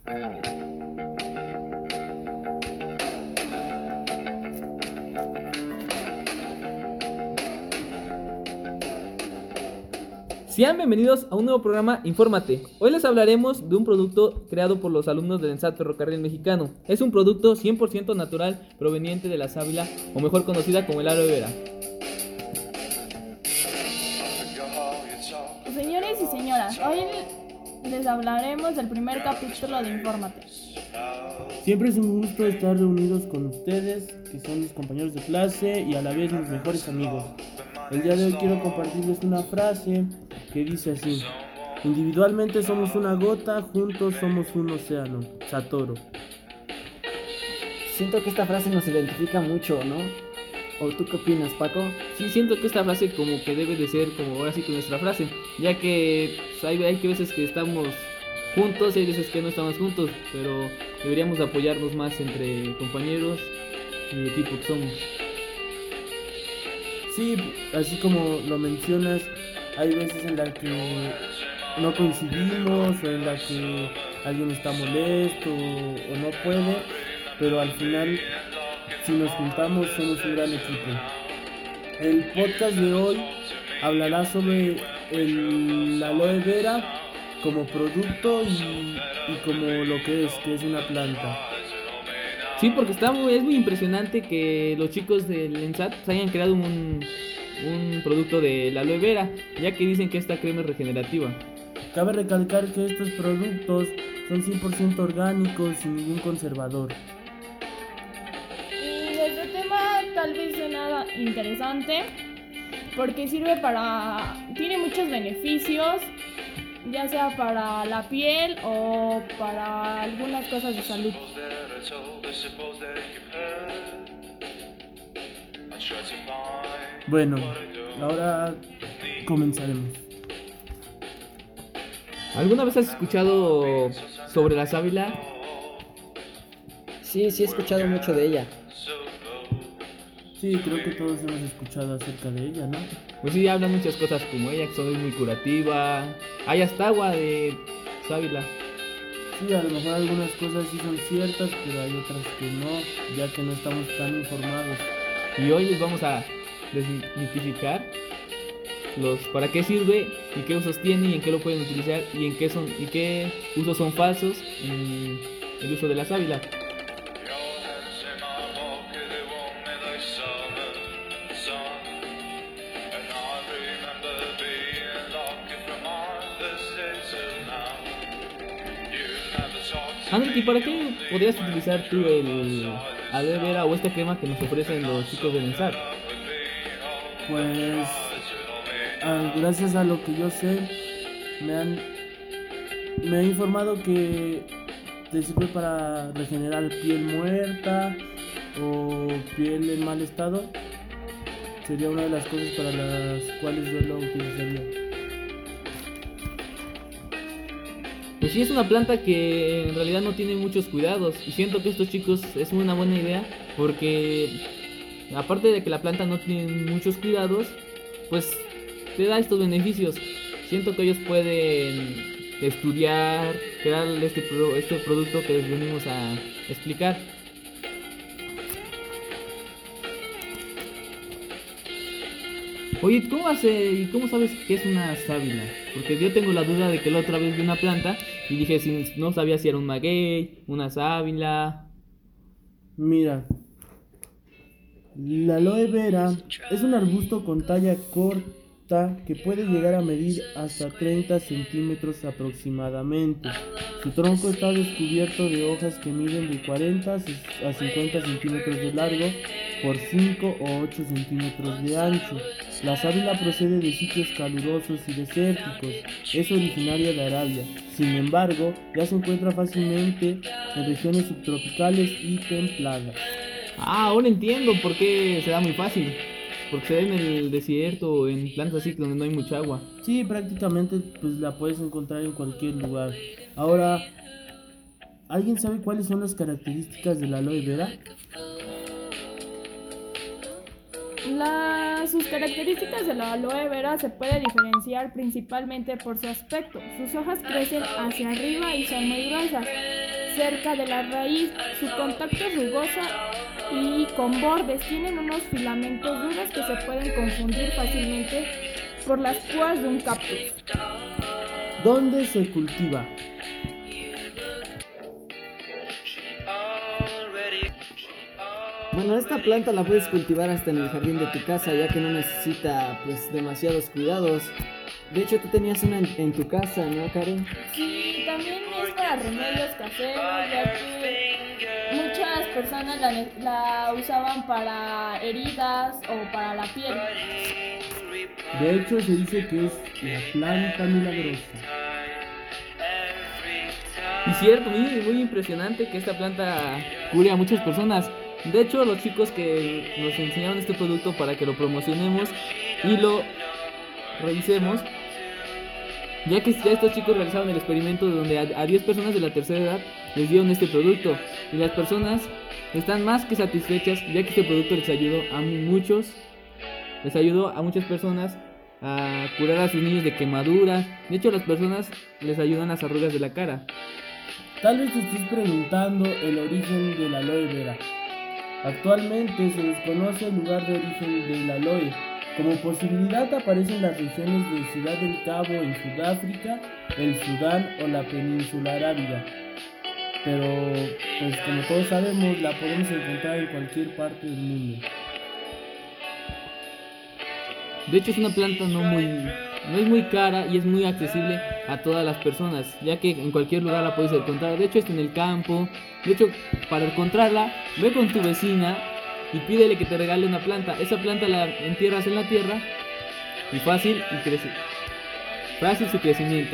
Sean bienvenidos a un nuevo programa Infórmate. Hoy les hablaremos de un producto creado por los alumnos del ENSAT Ferrocarril Mexicano. Es un producto 100% natural proveniente de la sábila, o mejor conocida como el aloe vera. Señores y señoras, hoy les hablaremos del primer capítulo de Infórmate. Siempre es un gusto estar reunidos con ustedes, que son mis compañeros de clase y a la vez mis mejores amigos. El día de hoy quiero compartirles una frase que dice así: individualmente somos una gota, juntos somos un océano. Satoru. Siento que esta frase nos identifica mucho, ¿no? ¿O tú qué opinas, Paco? Sí, siento que esta frase como que debe de ser como ahora sí que nuestra frase, ya que pues, hay que veces que estamos juntos y hay veces que no estamos juntos, pero deberíamos apoyarnos más entre compañeros y equipo que somos. Sí, así como lo mencionas, hay veces en las que no coincidimos o en las que alguien está molesto o no puede, pero al final, si nos juntamos, somos un gran equipo. El podcast de hoy hablará sobre el aloe vera como producto y como lo que es una planta. Sí, porque es muy impresionante que los chicos del ENSAT hayan creado un producto de la aloe vera, ya que dicen que esta crema es regenerativa. Cabe recalcar que estos productos son 100% orgánicos, sin ningún conservador. Y este tema tal vez suena interesante porque tiene muchos beneficios, ya sea para la piel o para algunas cosas de salud. Bueno, ahora comenzaremos. ¿Alguna vez has escuchado sobre la sábila? Sí, he escuchado mucho de ella. Sí, creo que todos hemos escuchado acerca de ella, ¿no? Pues sí, hablan muchas cosas como ella, que son muy curativa. Hay hasta agua de sábila. Sí, a lo mejor algunas cosas sí son ciertas, pero hay otras que no, ya que no estamos tan informados. Y hoy les vamos a desmitificar para qué sirve y qué usos tiene y en qué lo pueden utilizar y qué usos son falsos en el uso de la sábila. André, ¿y para qué podrías utilizar tú el aloe vera o esta crema que nos ofrecen los chicos del ENSAT? Pues, gracias a lo que yo sé, me han informado que te sirve para regenerar piel muerta o piel en mal estado. Sería una de las cosas para las cuales yo lo utilizaría. Pues sí, es una planta que en realidad no tiene muchos cuidados y siento que estos chicos es una buena idea porque aparte de que la planta no tiene muchos cuidados, pues te da estos beneficios. Siento que ellos pueden estudiar, crear este producto que les venimos a explicar. Oye, ¿cómo sabes qué es una sábila? Porque yo tengo la duda de que la otra vez vi una planta y dije, si no sabía si era un maguey, una sábila. Mira, la aloe vera es un arbusto con talla corta que puede llegar a medir hasta 30 centímetros aproximadamente. Su tronco está descubierto de hojas que miden de 40 a 50 centímetros de largo por 5 o 8 centímetros de ancho. La sábila procede de sitios calurosos y desérticos. Es originaria de Arabia. Sin embargo, ya se encuentra fácilmente en regiones subtropicales y templadas. Ahora entiendo por qué se da muy fácil. Porque se da en el desierto o en plantas así donde no hay mucha agua. Sí, prácticamente pues la puedes encontrar en cualquier lugar. Ahora, ¿alguien sabe cuáles son las características de la aloe vera? Sus características de la aloe vera se puede diferenciar principalmente por su aspecto. Sus hojas crecen hacia arriba y son muy gruesas. cerca de la raíz. Su contacto es rugosa y con bordes. Tienen unos filamentos duros que se pueden confundir fácilmente por las púas de un cactus. ¿Dónde se cultiva? Bueno, esta planta la puedes cultivar hasta en el jardín de tu casa, ya que no necesita pues demasiados cuidados. De hecho, tú tenías una en tu casa, ¿no, Karen? Sí, también es para remedios caseros, ya que muchas personas la usaban para heridas o para la piel. De hecho, se dice que es la planta milagrosa. Y cierto, muy impresionante que esta planta cure a muchas personas. De hecho, los chicos que nos enseñaron este producto para que lo promocionemos y lo revisemos, ya que ya estos chicos realizaron el experimento donde a 10 personas de la tercera edad les dieron este producto y las personas están más que satisfechas, ya que este producto les ayudó a muchas personas a curar a sus niños de quemaduras. De hecho, a las personas les ayudan las arrugas de la cara. Tal vez te estés preguntando el origen del aloe vera. Actualmente se desconoce el lugar de origen del aloe. Como posibilidad aparecen las regiones de Ciudad del Cabo en Sudáfrica, el Sudán o la península arábiga. Pero, pues como todos sabemos, la podemos encontrar en cualquier parte del mundo. De hecho, es una planta no es muy cara y es muy accesible a todas las personas, ya que en cualquier lugar la puedes encontrar. De hecho, está en el campo. De hecho, para encontrarla, ve con tu vecina y pídele que te regale una planta. Esa planta la entierras en la tierra y fácil crece. Fácil su crecimiento.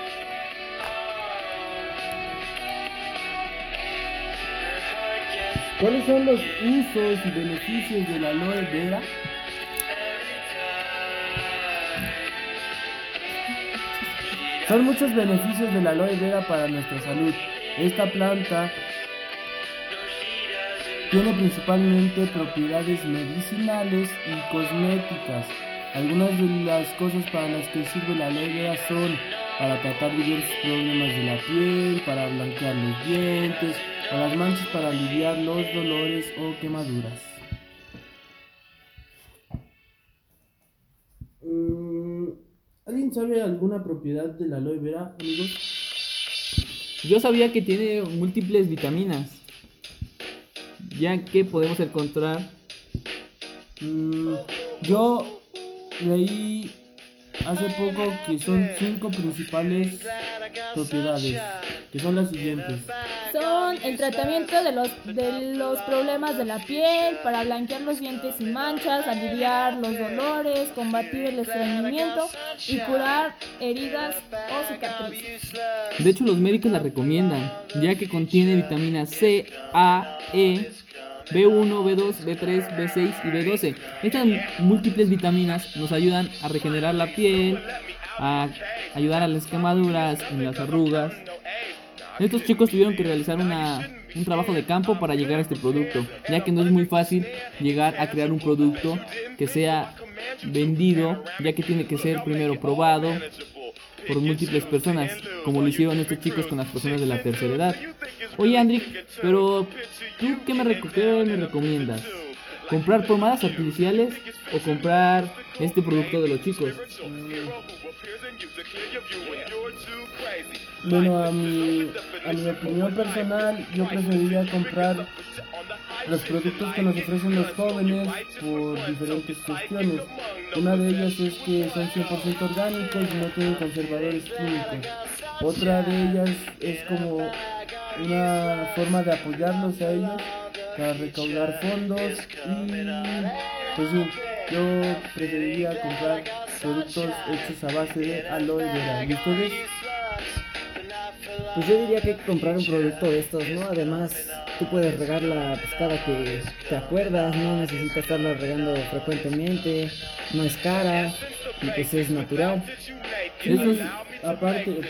¿Cuáles son los usos y beneficios del aloe vera? Son muchos beneficios del aloe vera para nuestra salud. Esta planta tiene principalmente propiedades medicinales y cosméticas. Algunas de las cosas para las que sirve el aloe vera son para tratar diversos problemas de la piel, para blanquear los dientes, o las manchas para aliviar los dolores o quemaduras. ¿Alguien sabe alguna propiedad del aloe vera, amigos? Yo sabía que tiene múltiples vitaminas, ya que podemos encontrar. Yo leí hace poco que son 5 principales propiedades, que son las siguientes. Son el tratamiento de los problemas de la piel, para blanquear los dientes y manchas, aliviar los dolores, combatir el estreñimiento y curar heridas o cicatrices. De hecho, los médicos la recomiendan, ya que contiene vitaminas C, A, E, B1, B2, B3, B6 y B12. Estas múltiples vitaminas nos ayudan a regenerar la piel, a ayudar a las quemaduras, en las arrugas. Estos chicos tuvieron que realizar un trabajo de campo para llegar a este producto, ya que no es muy fácil llegar a crear un producto que sea vendido, ya que tiene que ser primero probado por múltiples personas, como lo hicieron estos chicos con las personas de la tercera edad. Oye, Andrick, pero ¿tú qué me recomiendas? ¿Comprar pomadas artificiales o comprar este producto de los chicos? Bueno, a mi opinión personal, yo preferiría comprar los productos que nos ofrecen los jóvenes por diferentes cuestiones. Una de ellas es que son 100% orgánicos y no tienen conservadores químicos. Otra de ellas es como una forma de apoyarlos a ellos para recaudar fondos y pues sí, yo preferiría comprar productos hechos a base de aloe vera. ¿Y ustedes? Pues yo diría que hay que comprar un producto de estos, ¿no? Además, tú puedes regarla pues, cada que te acuerdas, no necesitas estarla regando frecuentemente, no es cara y pues es natural. Eso es, aparte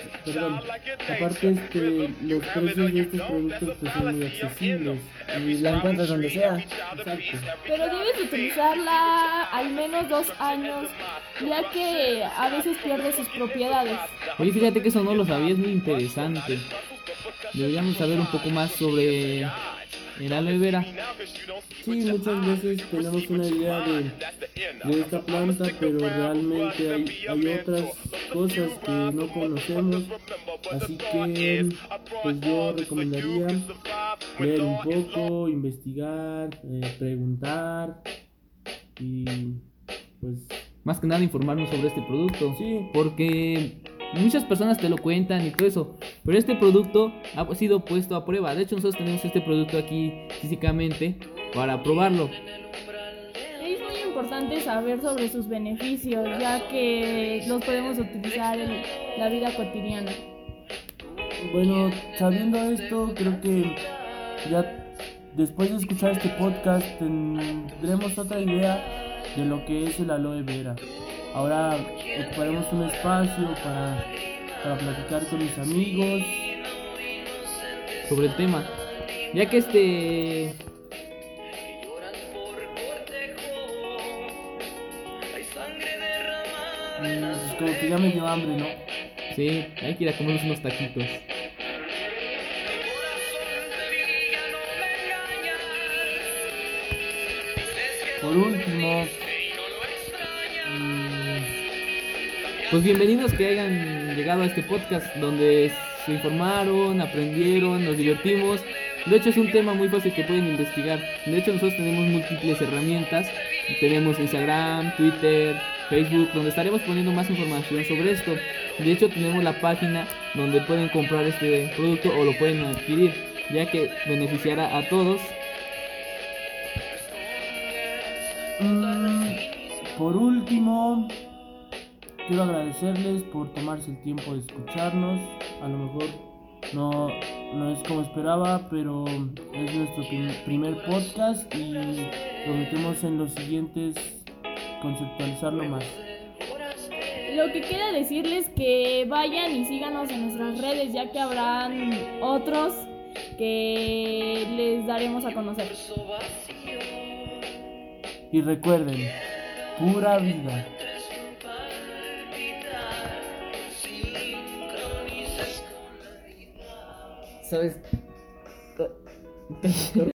los precios de estos productos pues son muy accesibles Y la encuentras donde sea. Exacto. Pero debes utilizarla al menos 2 años, ya que a veces pierde sus propiedades. Oye, fíjate que eso no lo sabía, es muy interesante. deberíamos saber un poco más sobre el aloe vera. Sí, muchas veces tenemos una idea de esta planta, pero realmente hay otras cosas que no conocemos, así que pues yo recomendaría leer un poco, investigar, preguntar y pues Más que nada informarnos sobre este producto. Sí. Porque muchas personas te lo cuentan y todo eso, pero este producto ha sido puesto a prueba. De hecho, nosotros tenemos este producto aquí físicamente para probarlo. Es muy importante saber sobre sus beneficios, ya que los podemos utilizar en la vida cotidiana. bueno, sabiendo esto, creo que ya después de escuchar este podcast tendremos otra idea de lo que es el aloe vera. Ahora ocuparemos un espacio para platicar con mis amigos. Sobre el tema, ya que Pues como que ya me dio hambre, ¿no? sí, hay que ir a comernos unos taquitos. Por último, Pues bienvenidos que hayan llegado a este podcast donde se informaron, aprendieron, nos divertimos. De hecho es un tema muy fácil que pueden investigar. De hecho nosotros tenemos múltiples herramientas. Tenemos Instagram, Twitter, Facebook, donde estaremos poniendo más información sobre esto. De hecho tenemos la página donde pueden comprar este producto o lo pueden adquirir, ya que beneficiará a todos. por último, quiero agradecerles por tomarse el tiempo de escucharnos. A lo mejor no es como esperaba, pero es nuestro primer podcast y prometemos en los siguientes conceptualizarlo más. Lo que queda decirles que vayan y síganos en nuestras redes, ya que habrán otros que les daremos a conocer. Y recuerden, pura vida. ¿Sabes?